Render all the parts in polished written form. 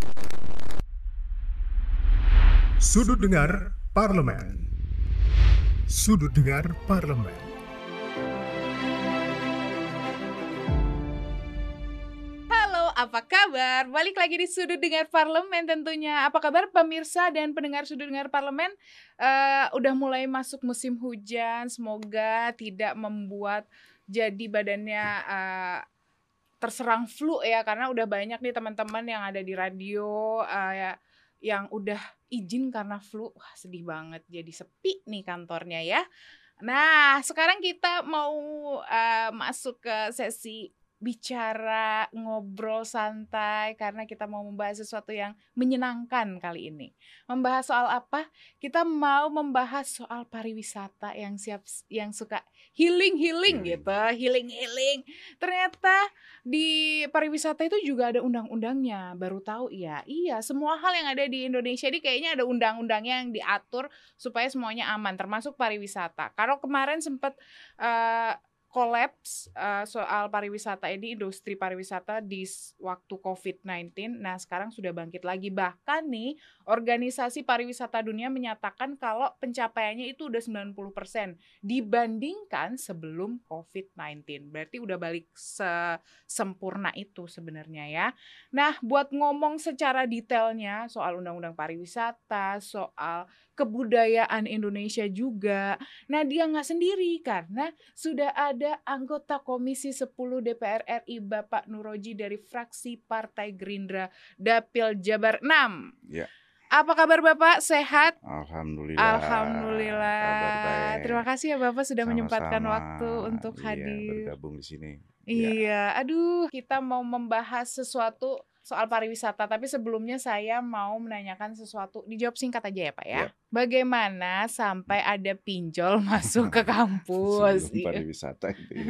Sudut Dengar Parlemen. Sudut Dengar Parlemen. Halo, apa kabar? Balik lagi di Sudut Dengar Parlemen tentunya. Apa kabar pemirsa dan pendengar Sudut Dengar Parlemen? Udah mulai masuk musim hujan, semoga tidak membuat jadi badannya terserang flu ya, karena udah banyak nih teman-teman yang ada di radio yang udah izin karena flu. Wah, sedih banget, jadi sepi nih kantornya ya. Nah, sekarang kita mau masuk ke sesi bicara ngobrol santai karena kita mau membahas sesuatu yang menyenangkan kali ini. Membahas soal apa? Kita mau membahas soal pariwisata yang suka healing gitu, healing. Ternyata di pariwisata itu juga ada undang-undangnya. Baru tahu ya. Iya, semua hal yang ada di Indonesia ini kayaknya ada undang-undangnya yang diatur supaya semuanya aman, termasuk pariwisata. Kalau kemarin sempat kolaps soal pariwisata ini, industri pariwisata di waktu COVID-19. Nah, sekarang sudah bangkit lagi. Bahkan nih, Organisasi Pariwisata Dunia menyatakan kalau pencapaiannya itu udah 90% dibandingkan sebelum COVID-19. Berarti udah balik sempurna itu sebenarnya ya. Nah, buat ngomong secara detailnya soal undang-undang pariwisata, soal kebudayaan Indonesia juga. Nah, dia nggak sendiri karena sudah ada anggota Komisi 10 DPR RI Bapak Nuroji dari fraksi Partai Gerindra Dapil Jabar 6. Ya. Apa kabar Bapak? Sehat? Alhamdulillah. Kabar baik. Terima kasih ya Bapak sudah Sama-sama. menyempatkan waktu untuk hadir. Bergabung di sini. Iya, aduh, kita mau membahas sesuatu soal pariwisata, tapi sebelumnya saya mau menanyakan sesuatu. Dijawab singkat aja ya Pak ya. Ya. Bagaimana sampai ada pinjol masuk ke kampus? Sebelum pariwisata itu ya.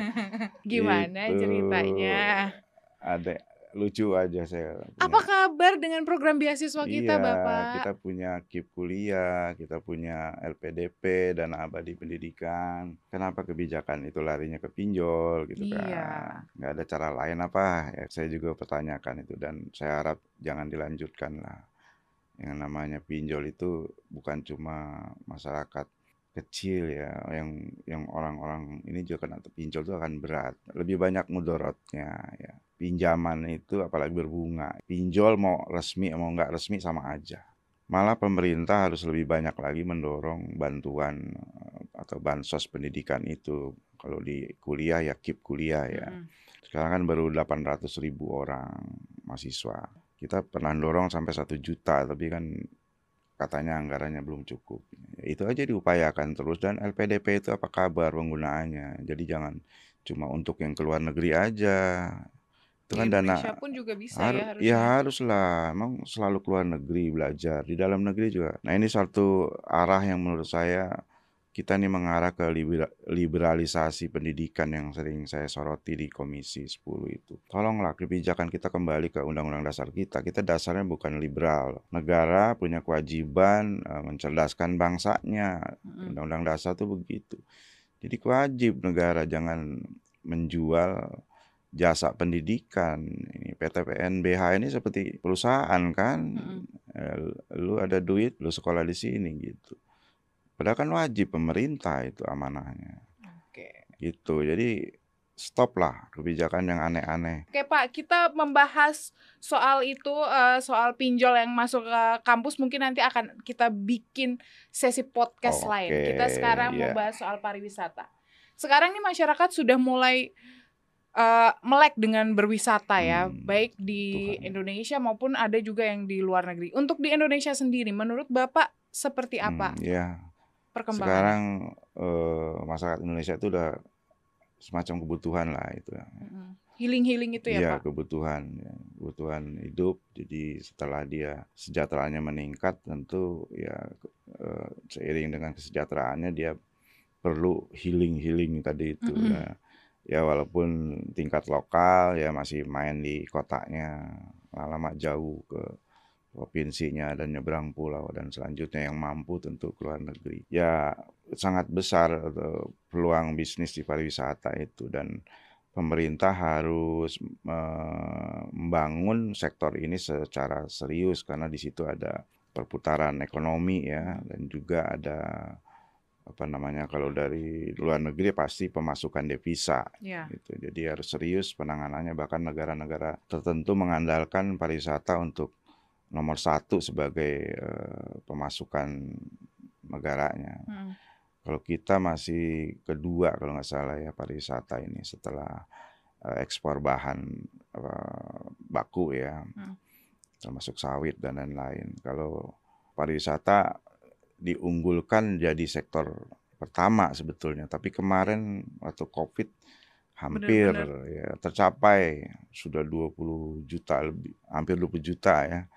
Gimana Itu ceritanya? ada lucu aja saya punya. Apa kabar dengan program beasiswa kita Bapak? Kita punya KIP kuliah, kita punya LPDP, Dana Abadi Pendidikan. Kenapa kebijakan itu larinya ke pinjol gitu kan? Iya. Nggak ada cara lain apa? Ya, saya juga pertanyakan itu dan saya harap jangan dilanjutkan lah. Yang namanya pinjol itu bukan cuma masyarakat kecil ya, yang orang-orang ini juga kena pinjol itu akan berat. Lebih banyak mudorotnya ya. Pinjaman itu apalagi berbunga. Pinjol mau resmi mau nggak resmi sama aja. Malah pemerintah harus lebih banyak lagi mendorong bantuan atau bansos pendidikan itu. Kalau di kuliah ya KIP kuliah ya. Sekarang kan baru 800.000 orang mahasiswa. Kita pernah dorong sampai 1 juta, tapi kan katanya anggarannya belum cukup. Itu aja diupayakan terus. Dan LPDP itu apa kabar penggunaannya. Jadi jangan cuma untuk yang keluar negeri aja. Itu kan dana Indonesia pun juga bisa ya harusnya. Ya haruslah. Emang selalu keluar negeri belajar. Di dalam negeri juga. Nah ini satu arah yang menurut saya kita nih mengarah ke liberalisasi pendidikan yang sering saya soroti di Komisi 10 itu. Tolonglah kebijakan kita kembali ke Undang-Undang Dasar kita. Kita dasarnya bukan liberal. Negara punya kewajiban mencerdaskan bangsanya. Undang-Undang Dasar itu begitu. Jadi wajib negara jangan menjual jasa pendidikan. Ini PT PNBH ini seperti perusahaan kan. Lu ada duit, lu sekolah di sini gitu. Padahal kan wajib pemerintah itu amanahnya. Oke. Gitu. Jadi stop lah kebijakan yang aneh-aneh. Oke Pak, kita membahas soal itu, soal pinjol yang masuk ke kampus. Mungkin nanti akan kita bikin sesi podcast lain. Kita sekarang mau bahas soal pariwisata. Sekarang nih masyarakat sudah mulai melek dengan berwisata ya, baik di Indonesia maupun ada juga yang di luar negeri. Untuk di Indonesia sendiri, menurut Bapak seperti apa? Perkembangannya? Sekarang masyarakat Indonesia itu udah semacam kebutuhan lah itu. Healing itu ya Pak? Kebutuhan hidup. Jadi setelah dia sejahteraannya meningkat, tentu ya seiring dengan kesejahteraannya dia perlu healing tadi itu. Ya walaupun tingkat lokal ya masih main di kotanya, lama jauh ke provinsinya dan nyebrang pulau, dan selanjutnya yang mampu tentu keluar negeri. Ya sangat besar peluang bisnis di pariwisata itu, dan pemerintah harus membangun sektor ini secara serius karena di situ ada perputaran ekonomi ya, dan juga ada kalau dari luar negeri pasti pemasukan devisa Ya. gitu. Jadi harus serius penanganannya, bahkan negara-negara tertentu mengandalkan pariwisata untuk nomor satu sebagai pemasukan negaranya. Kalau kita masih kedua kalau nggak salah ya pariwisata ini setelah ekspor bahan baku ya, termasuk sawit dan lain-lain. Kalau pariwisata diunggulkan jadi sektor pertama sebetulnya, tapi kemarin waktu COVID hampir ya tercapai sudah 20 juta lebih, hampir 20 juta ya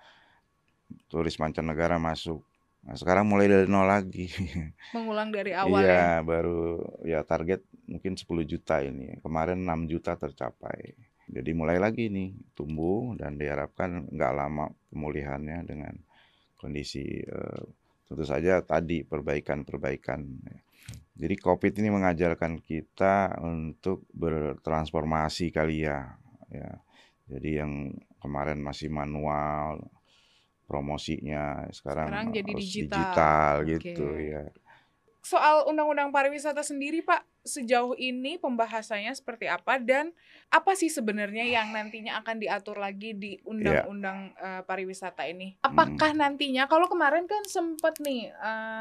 turis mancanegara masuk. Nah, sekarang mulai dari nol lagi. Mengulang dari awal ya. Iya, baru ya target mungkin 10 juta ini. Kemarin 6 juta tercapai. Jadi mulai lagi nih tumbuh dan diharapkan nggak lama pemulihannya dengan kondisi tentu saja tadi perbaikan-perbaikan. Jadi COVID ini mengajarkan kita untuk bertransformasi kali ya. Jadi yang kemarin masih manual promosinya sekarang jadi harus digital gitu ya. Soal undang-undang pariwisata sendiri Pak, sejauh ini pembahasannya seperti apa dan apa sih sebenarnya yang nantinya akan diatur lagi di undang-undang pariwisata ini? Apakah nantinya, kalau kemarin kan sempat nih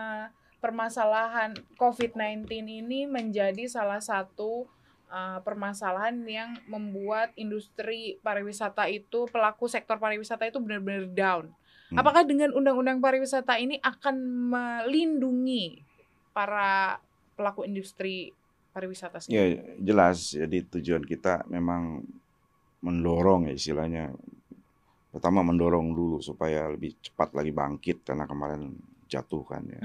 permasalahan COVID-19 ini menjadi salah satu permasalahan yang membuat industri pariwisata itu, pelaku sektor pariwisata itu benar-benar down. Apakah dengan undang-undang pariwisata ini akan melindungi para pelaku industri pariwisata sendiri? Ya jelas, jadi tujuan kita memang mendorong ya istilahnya. Pertama mendorong dulu supaya lebih cepat lagi bangkit karena kemarin jatuh kan ya.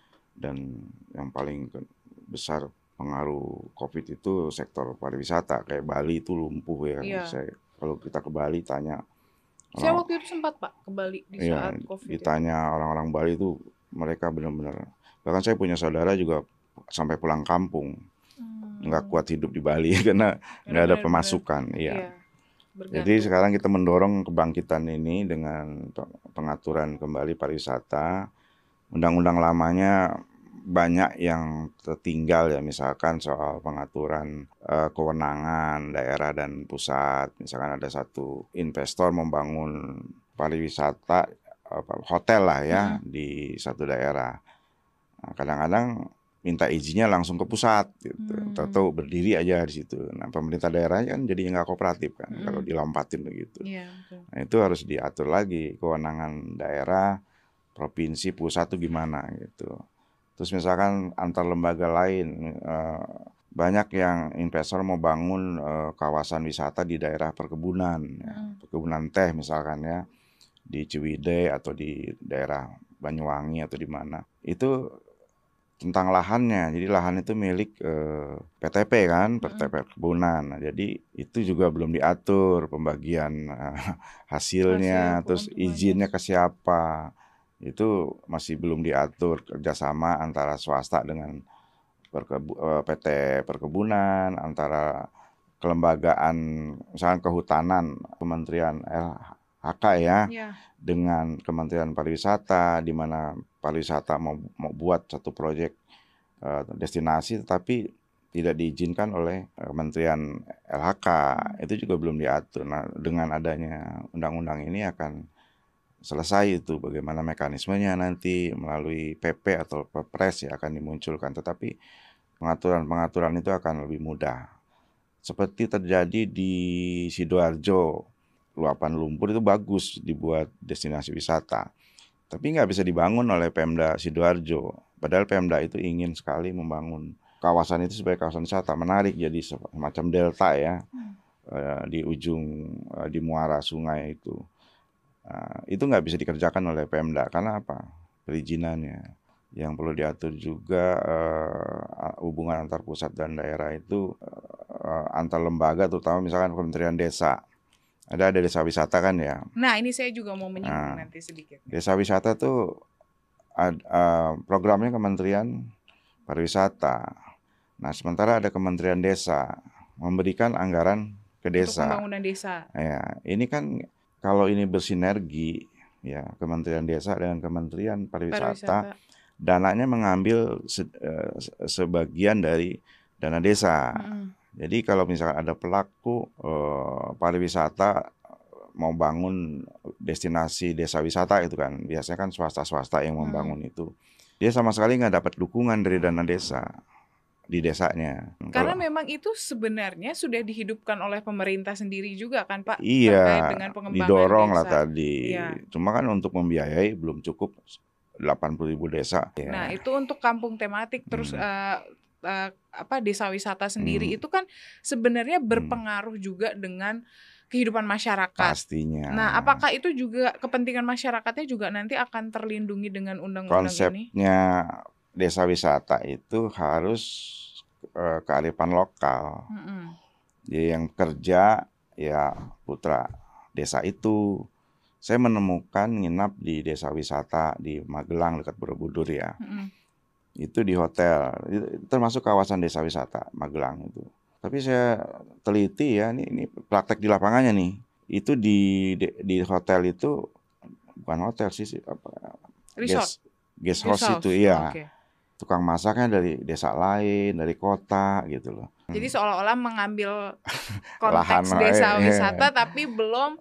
Dan yang paling besar pengaruh COVID itu sektor pariwisata, kayak Bali itu lumpuh ya. Kalau kita ke Bali tanya, saya waktu itu sempat Pak ke Bali di saat COVID. Ditanya orang-orang Bali itu mereka benar-benar, bahkan saya punya saudara juga sampai pulang kampung, nggak kuat hidup di Bali karena nggak ada pemasukan. Iya. Jadi sekarang kita mendorong kebangkitan ini dengan pengaturan kembali pariwisata. Undang-undang lamanya banyak yang tertinggal ya, misalkan soal pengaturan kewenangan daerah dan pusat. Misalkan ada satu investor membangun pariwisata hotel lah ya di satu daerah. Nah, kadang-kadang minta izinnya langsung ke pusat gitu. Atau berdiri aja di situ. Nah, pemerintah daerahnya kan jadi nggak kooperatif kan kalau dilompatin begitu. Nah, itu harus diatur lagi kewenangan daerah, provinsi, pusat tuh gimana gitu. Terus misalkan antar lembaga lain, banyak yang investor mau bangun kawasan wisata di daerah perkebunan, perkebunan teh misalkan ya, di Ciwidey atau di daerah Banyuwangi atau di mana. Itu tentang lahannya, jadi lahan itu milik PTP kan, PTP perkebunan. Nah, jadi itu juga belum diatur pembagian hasilnya, terus izinnya ke siapa. Itu masih belum diatur, kerjasama antara swasta dengan PT perkebunan, antara kelembagaan misalnya kehutanan Kementerian LHK ya, dengan Kementerian Pariwisata, di mana pariwisata mau buat satu proyek destinasi tetapi tidak diizinkan oleh Kementerian LHK, itu juga belum diatur. Nah, dengan adanya undang-undang ini akan selesai itu bagaimana mekanismenya nanti melalui PP atau Perpres ya akan dimunculkan, tetapi pengaturan-pengaturan itu akan lebih mudah. Seperti terjadi di Sidoarjo, luapan lumpur itu bagus dibuat destinasi wisata, tapi nggak bisa dibangun oleh Pemda Sidoarjo. Padahal Pemda itu ingin sekali membangun kawasan itu sebagai kawasan wisata, menarik jadi semacam delta ya, di ujung di muara sungai itu. Itu nggak bisa dikerjakan oleh Pemda karena apa? Perizinannya. Yang perlu diatur juga hubungan antar pusat dan daerah itu antar lembaga, terutama misalkan Kementerian Desa. Ada desa wisata kan ya. Nah, ini saya juga mau menyinggung nanti sedikit. Desa wisata tuh programnya Kementerian Pariwisata. Nah, sementara ada Kementerian Desa. memberikan anggaran ke Untuk desa. pembangunan desa. Ya, ini kan kalau ini bersinergi ya Kementerian Desa dengan Kementerian Pariwisata, Pariwisata. dananya mengambil sebagian dari dana desa. Jadi kalau misalkan ada pelaku pariwisata mau bangun destinasi desa wisata itu kan, biasanya kan swasta-swasta yang membangun itu, dia sama sekali nggak dapat dukungan dari dana desa di desanya. Karena memang itu sebenarnya sudah dihidupkan oleh pemerintah sendiri juga kan Pak, terkait Iya, dengan pengembangan didorong lah desa. tadi. Iya. Cuma kan untuk membiayai belum cukup 80.000 desa. Nah itu untuk kampung tematik terus desa wisata sendiri itu kan sebenarnya berpengaruh juga dengan kehidupan masyarakat. Pastinya. Nah, apakah itu juga kepentingan masyarakatnya juga nanti akan terlindungi dengan undang-undang ini? Konsepnya desa wisata itu harus kearifan lokal. Jadi yang kerja ya putra desa itu. Saya menemukan nginap di desa wisata di Magelang dekat Borobudur ya. Itu di hotel, termasuk kawasan desa wisata Magelang itu. Tapi saya teliti ya, ini praktek di lapangannya nih. Itu di hotel itu bukan hotel sih, guest house itu iya. Okay. Tukang masaknya dari desa lain, dari kota gitu loh. Jadi seolah-olah mengambil konteks desa wisata tapi belum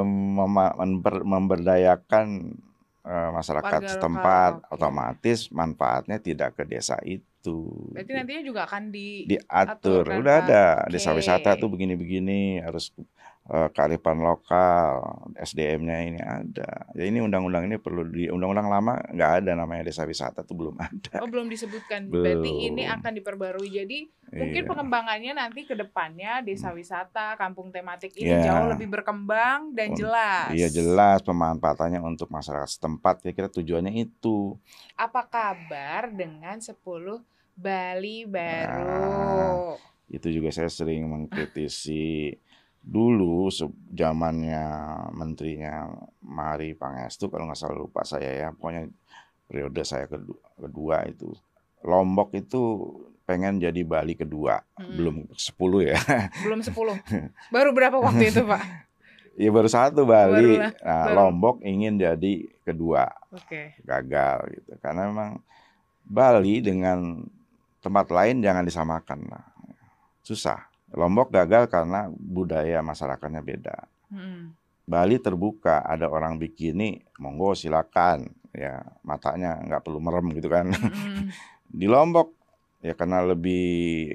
memberdayakan masyarakat setempat, otomatis manfaatnya tidak ke desa itu. Berarti nantinya juga akan diatur. Udah ada desa wisata tuh begini-begini, harus kearifan lokal, SDM-nya ini ada. Ya ini undang-undang ini perlu di undang-undang lama nggak ada namanya desa wisata tuh belum ada. Oh belum disebutkan. Berarti ini akan diperbarui. Jadi mungkin pengembangannya nanti ke depannya desa wisata, kampung tematik ini jauh lebih berkembang dan jelas. Iya jelas pemanfaatannya untuk masyarakat setempat. Kira-kira tujuannya itu. Apa kabar dengan 10 Bali baru? Itu juga saya sering mengkritisi. Dulu zamannya menterinya Mari Pangestu kalau nggak salah lupa saya ya, pokoknya periode saya kedua itu Lombok itu pengen jadi Bali kedua, belum 10 ya. Belum 10. Baru berapa waktu itu Pak? Ya baru 1 Bali. Lombok ingin jadi kedua. Gagal gitu. Karena memang Bali dengan tempat lain jangan disamakan lah. Susah. Lombok gagal karena budaya masyarakatnya beda. Bali terbuka, ada orang bikini, monggo silakan. Ya matanya nggak perlu merem gitu kan. Di Lombok ya karena lebih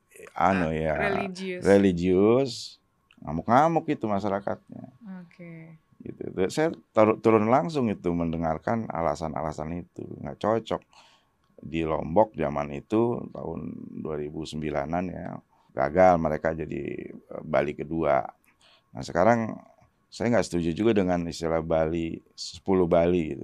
religius, ngamuk-ngamuk itu masyarakatnya. Gitu. Saya turun langsung itu mendengarkan alasan-alasan itu, nggak cocok. Di Lombok zaman itu tahun 2009-an ya. Gagal mereka jadi Bali kedua. Nah sekarang saya nggak setuju juga dengan istilah Bali 10 Bali gitu.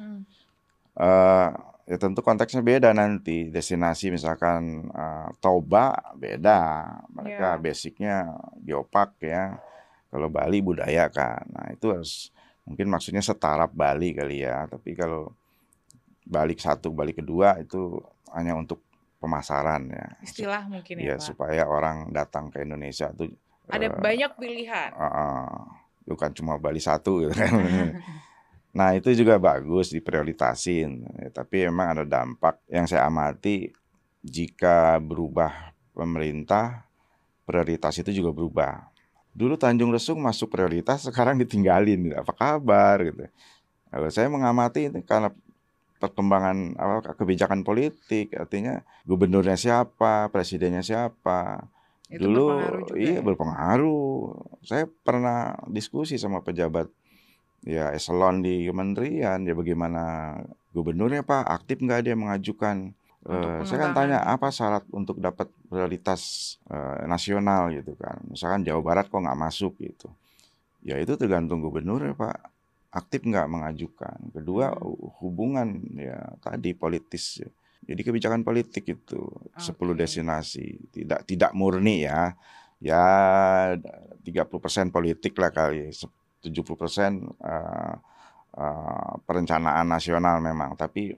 Ya tentu konteksnya beda nanti. Destinasi misalkan Toba beda. Mereka basicnya geopark ya. Kalau Bali budaya kan. Nah itu harus mungkin maksudnya setaraf Bali kali ya. Tapi kalau Bali 1, Bali kedua itu hanya untuk pemasaran ya. Istilah mungkin ya Pak. Supaya orang datang ke Indonesia tuh ada banyak pilihan. Bukan cuma Bali 1 gitu kan. Nah itu juga bagus diprioritasin. Tapi emang ada dampak yang saya amati jika berubah pemerintah, prioritas itu juga berubah. Dulu Tanjung Lesung masuk prioritas, sekarang ditinggalin. Apa kabar gitu. Kalau saya mengamati itu karena perkembangan kebijakan politik, artinya gubernurnya siapa, presidennya siapa. Itu dulu berpengaruh. Saya pernah diskusi sama pejabat ya eselon di kementerian, ya bagaimana gubernurnya Pak, aktif nggak dia mengajukan. Saya kan tanya apa syarat untuk dapat prioritas nasional gitu kan. Misalkan Jawa Barat kok nggak masuk gitu. Ya itu tergantung gubernurnya Pak. Aktif nggak mengajukan. Kedua hubungan ya tadi politis. Jadi kebijakan politik itu 10 destinasi tidak murni ya. Ya 30% politik lah kali. 70% perencanaan nasional memang. Tapi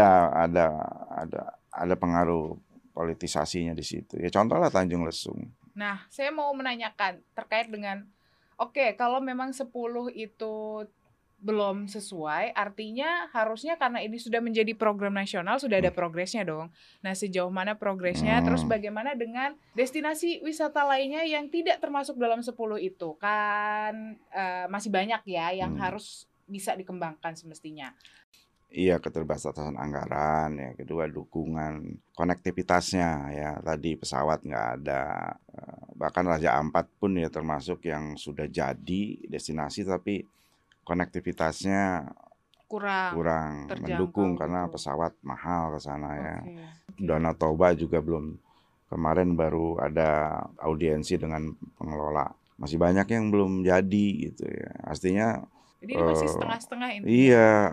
ada pengaruh politisasinya di situ. Ya contohlah Tanjung Lesung. Nah, saya mau menanyakan terkait dengan, oke, kalau memang 10 itu belum sesuai, artinya harusnya karena ini sudah menjadi program nasional, sudah ada Hmm. progresnya dong. Nah, sejauh mana progresnya? Terus Hmm. bagaimana dengan destinasi wisata lainnya yang tidak termasuk dalam 10 itu? Kan masih banyak ya yang Hmm. harus bisa dikembangkan semestinya. Iya, keterbatasan anggaran, ya kedua dukungan konektivitasnya, ya tadi pesawat nggak ada, bahkan Raja Ampat pun ya termasuk yang sudah jadi destinasi tapi konektivitasnya Kurang kurang terjangkau mendukung karena gitu. pesawat mahal ke sana ya. Oke. Danau Toba juga belum, kemarin baru ada audiensi dengan pengelola. Masih banyak yang belum jadi gitu ya. Artinya Jadi ini masih setengah-setengah intinya. iya,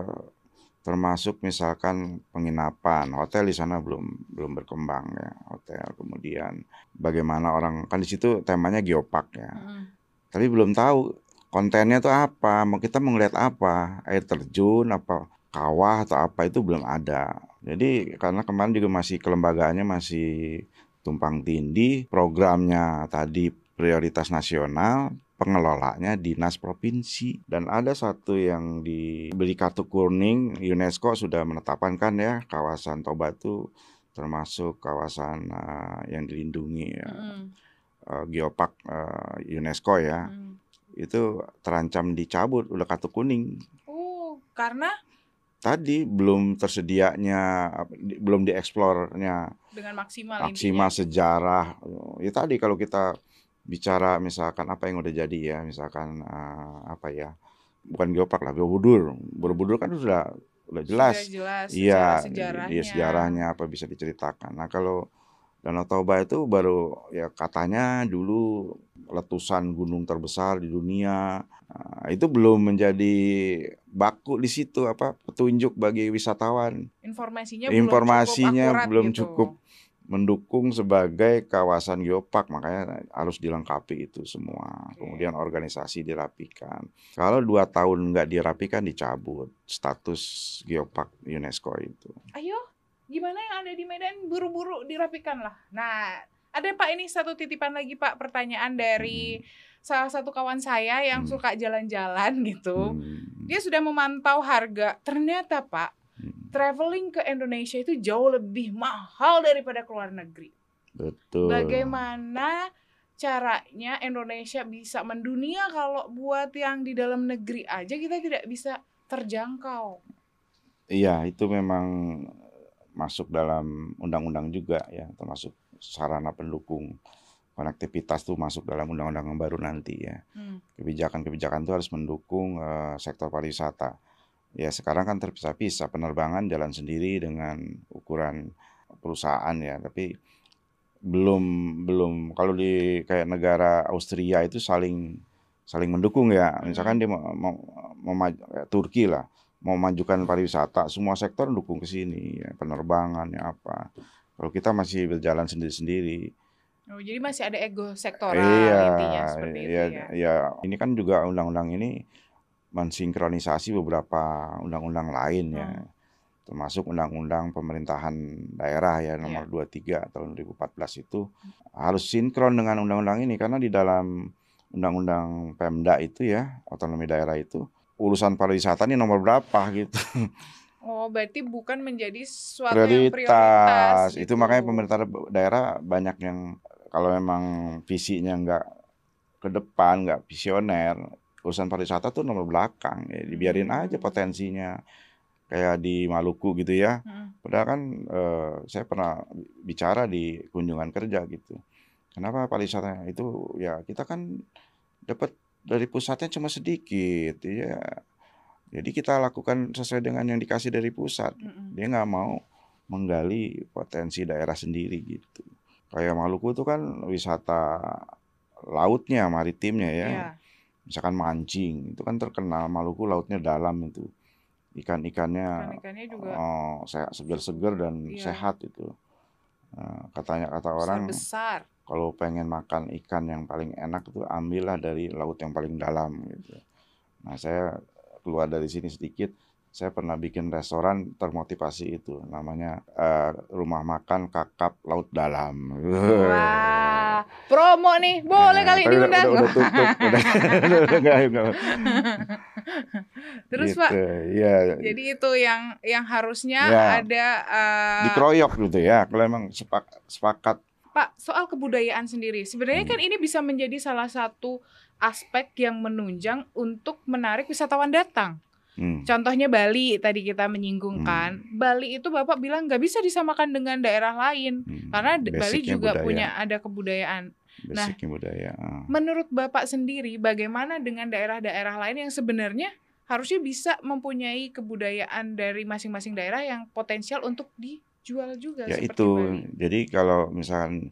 termasuk misalkan penginapan, hotel di sana belum berkembang ya, hotel. Kemudian bagaimana orang, kan di situ temanya geopark ya. Tapi belum tahu kontennya tuh apa, kita mau ngeliat apa, air terjun, apa kawah atau apa, itu belum ada. Jadi karena kemarin juga masih kelembagaannya masih tumpang tindih, programnya tadi prioritas nasional, pengelolanya dinas provinsi. Dan ada satu yang diberi kartu kuning, UNESCO sudah menetapkan kan ya, kawasan Toba itu termasuk kawasan yang dilindungi ya, geopark UNESCO ya. Itu terancam dicabut, udah kartu kuning. Oh, karena Tadi belum tersedianya, belum dieksplornya dengan maksimal intinya maksimal gitu. sejarah. Ya tadi kalau kita bicara misalkan apa yang udah jadi ya, misalkan apa ya, bukan geopark lah, Borobudur. Borobudur kan sudah Sudah jelas, jelas iya, dia sejarah-sejarahnya. sejarahnya apa bisa diceritakan. Nah kalau Danau Toba itu baru ya katanya dulu letusan gunung terbesar di dunia. Nah, itu belum menjadi baku di situ apa petunjuk bagi wisatawan. Informasinya belum cukup Informasinya akurat belum cukup gitu. mendukung sebagai kawasan geopark, makanya harus dilengkapi itu semua. Kemudian Oke. organisasi dirapikan. Kalau 2 tahun nggak dirapikan dicabut status geopark UNESCO itu. Ayo, gimana yang ada di Medan buru-buru dirapikan lah. Nah, ada Pak ini satu titipan lagi Pak, pertanyaan dari salah satu kawan saya yang Hmm. suka jalan-jalan gitu. Hmm. Dia sudah memantau harga. Ternyata Pak, traveling ke Indonesia itu jauh lebih mahal daripada ke luar negeri. Betul. Bagaimana caranya Indonesia bisa mendunia kalau buat yang di dalam negeri aja kita tidak bisa terjangkau? Iya, itu memang masuk dalam undang-undang juga ya, termasuk sarana pendukung konektivitas tuh masuk dalam undang-undang yang baru nanti ya. Kebijakan-kebijakan itu harus mendukung sektor pariwisata. Ya sekarang kan terpisah-pisah, penerbangan jalan sendiri dengan ukuran perusahaan ya, tapi belum kalau di kayak negara Austria itu saling mendukung ya. Misalkan dia mau Turki lah, mau majukan pariwisata, semua sektor mendukung ke sini ya, penerbangan ya apa. Kalau kita masih berjalan sendiri-sendiri. Oh, jadi masih ada ego sektoral Iya, intinya seperti itu ya. ya ini kan juga undang-undang ini mensinkronisasi beberapa undang-undang lain ya. Termasuk Undang-Undang Pemerintahan Daerah ya nomor 23 tahun 2014 itu harus sinkron dengan undang-undang ini, karena di dalam Undang-Undang Pemda itu ya, otonomi daerah itu, urusan pariwisata ini nomor berapa gitu. Oh, berarti bukan menjadi suatu yang prioritas Prioritas. Itu gitu. makanya pemerintah daerah banyak yang kalau memang visinya nggak ke depan, nggak visioner, urusan pariwisata tuh nomor belakang. Ya, dibiarin aja potensinya. Kayak di Maluku gitu ya. Padahal kan saya pernah bicara di kunjungan kerja gitu. Kenapa pariwisata itu ya kita kan dapat dari pusatnya cuma sedikit ya. Jadi kita lakukan sesuai dengan yang dikasih dari pusat. Dia nggak mau menggali potensi daerah sendiri gitu. Kayak Maluku itu kan wisata lautnya, maritimnya ya. Misalkan mancing, itu kan terkenal Maluku lautnya dalam itu. Ikan-ikannya juga seger-seger dan sehat itu. Kata orang besar. kalau pengen makan ikan yang paling enak itu ambillah dari laut yang paling dalam gitu. Nah saya keluar dari sini sedikit, saya pernah bikin restoran termotivasi itu, namanya rumah makan kakap laut dalam. Wah, Promo nih, boleh kali Tapi diundang. udah tutup, udah enggak. Terus Gitu, Pak, ya, jadi itu yang harusnya ya ada dikeroyok gitu ya. Kalau emang sepakat. Pak, soal kebudayaan sendiri. Sebenarnya kan Hmm, ini bisa menjadi salah satu aspek yang menunjang untuk menarik wisatawan datang. hmm, Contohnya Bali tadi kita menyinggungkan. hmm, Bali itu Bapak bilang nggak bisa disamakan dengan daerah lain karena Bali Basicnya juga budaya, punya ada kebudayaan. Nah, basicnya budaya. menurut Bapak sendiri bagaimana dengan daerah-daerah lain yang sebenarnya harusnya bisa mempunyai kebudayaan dari masing-masing daerah yang potensial untuk dijual juga Ya seperti itu, Bali? jadi kalau misalkan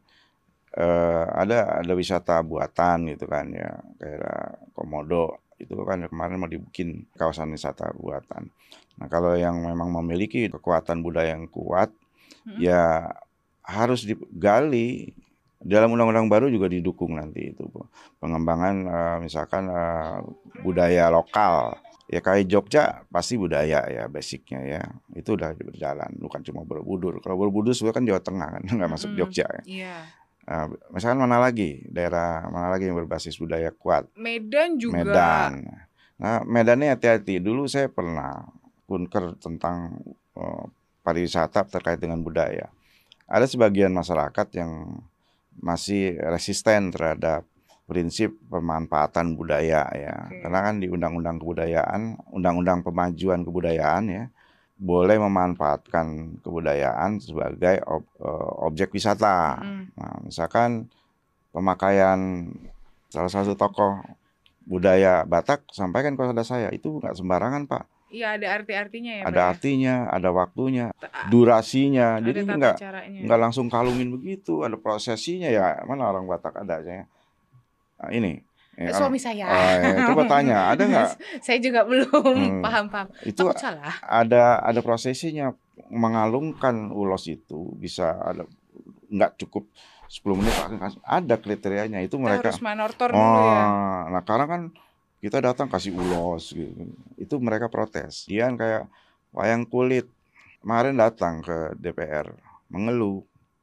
ada wisata buatan gitu kan ya, kayak Komodo itu kan kemarin mau dibikin kawasan wisata buatan. Nah kalau yang memang memiliki kekuatan budaya yang kuat, ya harus digali. Dalam undang-undang baru juga didukung nanti itu pengembangan misalkan budaya lokal. Ya kayak Jogja pasti budaya ya basicnya ya, itu udah berjalan, bukan cuma Borobudur. Kalau Borobudur sebenarnya kan Jawa Tengah kan, nggak masuk Jogja ya. Iya. Misalkan daerah mana lagi yang berbasis budaya kuat? Medan juga. Medan. Nah Medannya hati-hati. Dulu saya pernah kunker tentang pariwisata terkait dengan budaya. Ada sebagian masyarakat yang masih resisten terhadap prinsip pemanfaatan budaya ya. Karena kan di Undang-Undang Kebudayaan, Undang-Undang Pemajuan Kebudayaan ya, boleh memanfaatkan kebudayaan sebagai objek wisata. Nah, misalkan pemakaian salah satu tokoh budaya Batak sampaikan kepada saya, itu nggak sembarangan Pak. Iya, ada arti-artinya ya Pak Ada ya? artinya, ada waktunya, durasinya. Ada Jadi tata caranya. nggak langsung kalungin begitu, ada prosesinya ya. Mana orang Batak ada saya. Nah, ini. Suami saya. Coba tanya, ada nggak? Saya juga belum paham. Itu Takut salah. ada prosesinya. Mengalungkan ulos itu bisa ada, nggak cukup 10 menit, ada kriterianya. Itu mereka harus manortor dulu ya. Nah sekarang kan kita datang kasih ulos gitu. Itu mereka protes. Dia kayak wayang kulit. Kemarin datang ke DPR mengeluh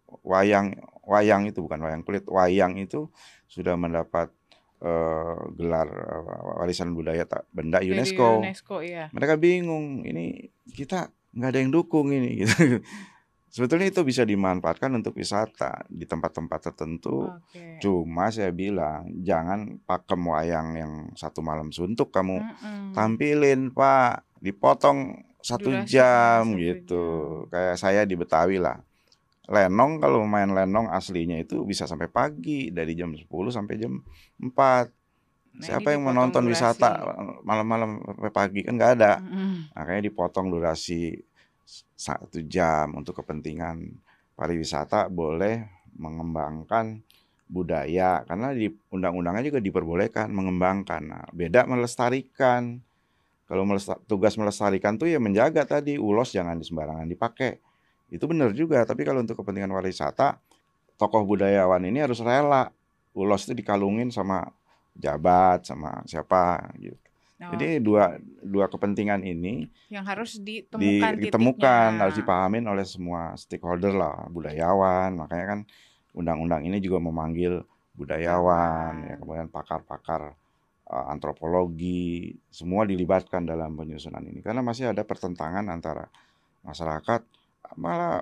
wayang itu bukan wayang kulit. Wayang itu sudah mendapat gelar warisan budaya benda UNESCO. Ya. Mereka bingung, ini kita nggak ada yang dukung ini gitu. Sebetulnya itu bisa dimanfaatkan untuk wisata di tempat-tempat tertentu. Cuma saya bilang jangan pakem wayang yang 1 malam suntuk kamu tampilin Pak, dipotong 1 jam gitu. Kayak saya di Betawi lah. Lenong kalau main lenong aslinya itu bisa sampai pagi, dari jam 10 sampai jam 4. Siapa yang menonton wisata malam-malam sampai pagi, kan nggak ada. Makanya dipotong durasi 1 jam untuk kepentingan pariwisata, boleh mengembangkan budaya karena di undang-undangnya juga diperbolehkan mengembangkan. Nah, beda melestarikan. Kalau tugas melestarikan tuh ya menjaga tadi ulos jangan sembarangan dipakai. Itu benar juga, tapi kalau untuk kepentingan pariwisata, tokoh budayawan ini harus rela ulos itu dikalungin sama jabat, sama siapa gitu. Jadi dua kepentingan ini yang harus ditemukan, harus dipahamin oleh semua stakeholder lah, budayawan. Makanya kan undang-undang ini juga memanggil budayawan, ya, kemudian pakar-pakar antropologi, semua dilibatkan dalam penyusunan ini. Karena masih ada pertentangan antara masyarakat, malah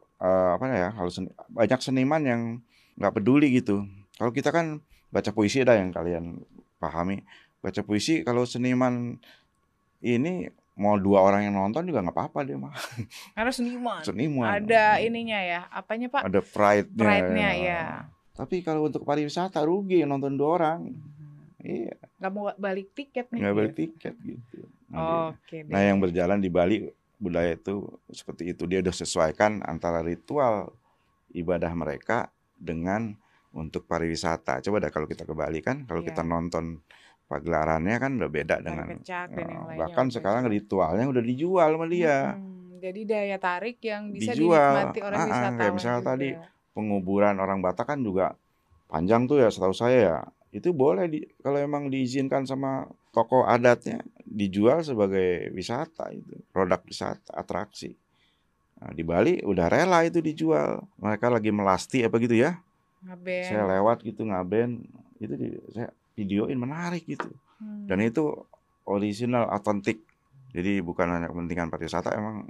banyak seniman yang nggak peduli gitu. Kalau kita kan baca puisi ada yang kalian pahami. Baca puisi kalau seniman ini mau 2 orang yang nonton juga nggak apa-apa dia mah. Karena seniman. Ada ininya ya, apanya Pak? Ada pride-nya ya. Tapi kalau untuk pariwisata rugi yang nonton 2 orang. Iya. Nggak mau balik tiket nih. Nggak balik tiket gitu. Nah, yang berjalan di Bali budaya itu seperti itu, dia udah sesuaikan antara ritual ibadah mereka dengan untuk pariwisata. Coba dah kalau kita ke Bali kan, kalau kita nonton pagelarannya kan udah beda dengan bahkan sekarang ritualnya udah dijual sama dia. Jadi daya tarik yang bisa dinikmati oleh wisatawan. Kayak misalnya juga tadi penguburan orang Batak kan juga panjang tuh ya, setahu saya ya. Itu boleh kalau emang diizinkan sama tokoh adatnya dijual sebagai wisata, itu produk wisata, atraksi. Nah, di Bali udah rela itu dijual. Mereka lagi melasti apa gitu ya. Saya Ngaben. lewat gitu ngaben, itu saya videoin menarik gitu. Dan Hmm. itu original, otentik. Jadi bukan hanya kepentingan pariwisata, emang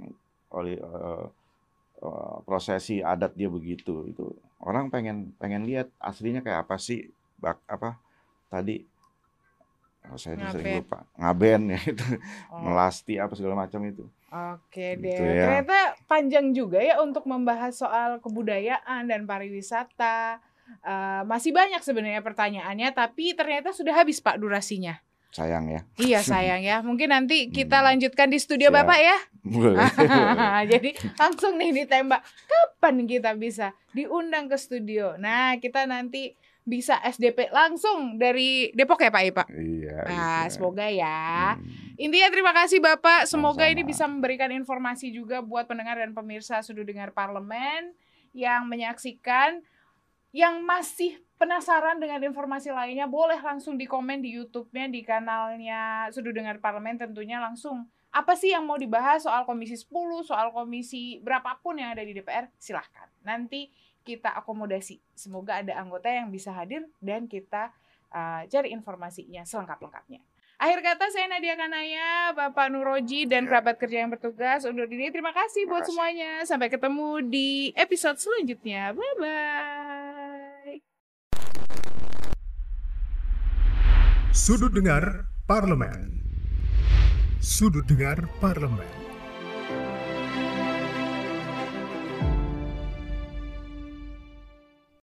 prosesi adat dia begitu. Itu orang pengen lihat aslinya kayak apa sih, apa tadi saya sering Ngaben. lupa ngaben ya itu Oh, melasti apa segala macam itu oke gitu deh. ya. Ternyata panjang juga ya untuk membahas soal kebudayaan dan pariwisata. Masih banyak sebenarnya pertanyaannya, tapi ternyata sudah habis Pak durasinya. Sayang ya. Iya sayang ya. Mungkin nanti kita lanjutkan di studio Siap. Bapak ya. Boleh. Jadi langsung nih ditembak. Kapan kita bisa diundang ke studio? Nah, kita nanti bisa SDP langsung dari Depok ya Pak ya Pak? Iya. Nah, Bisa. semoga ya. Intinya terima kasih Bapak. Semoga ini Sama-sama. bisa memberikan informasi juga buat pendengar dan pemirsa Sudut Dengar Parlemen yang menyaksikan. Yang masih penasaran dengan informasi lainnya, boleh langsung di komen di YouTube-nya, di kanalnya Sudut Dengar Parlemen tentunya langsung. Apa sih yang mau dibahas soal Komisi 10, soal komisi berapapun yang ada di DPR, silahkan. Nanti kita akomodasi. Semoga ada anggota yang bisa hadir dan kita cari informasinya selengkap-lengkapnya. Akhir kata saya Nadia Kanaya, Bapak Nuroji, dan kerabat kerja yang bertugas undur diri. Terima kasih buat semuanya. Sampai ketemu di episode selanjutnya. Bye-bye. Sudut Dengar Parlemen. Sudut Dengar Parlemen.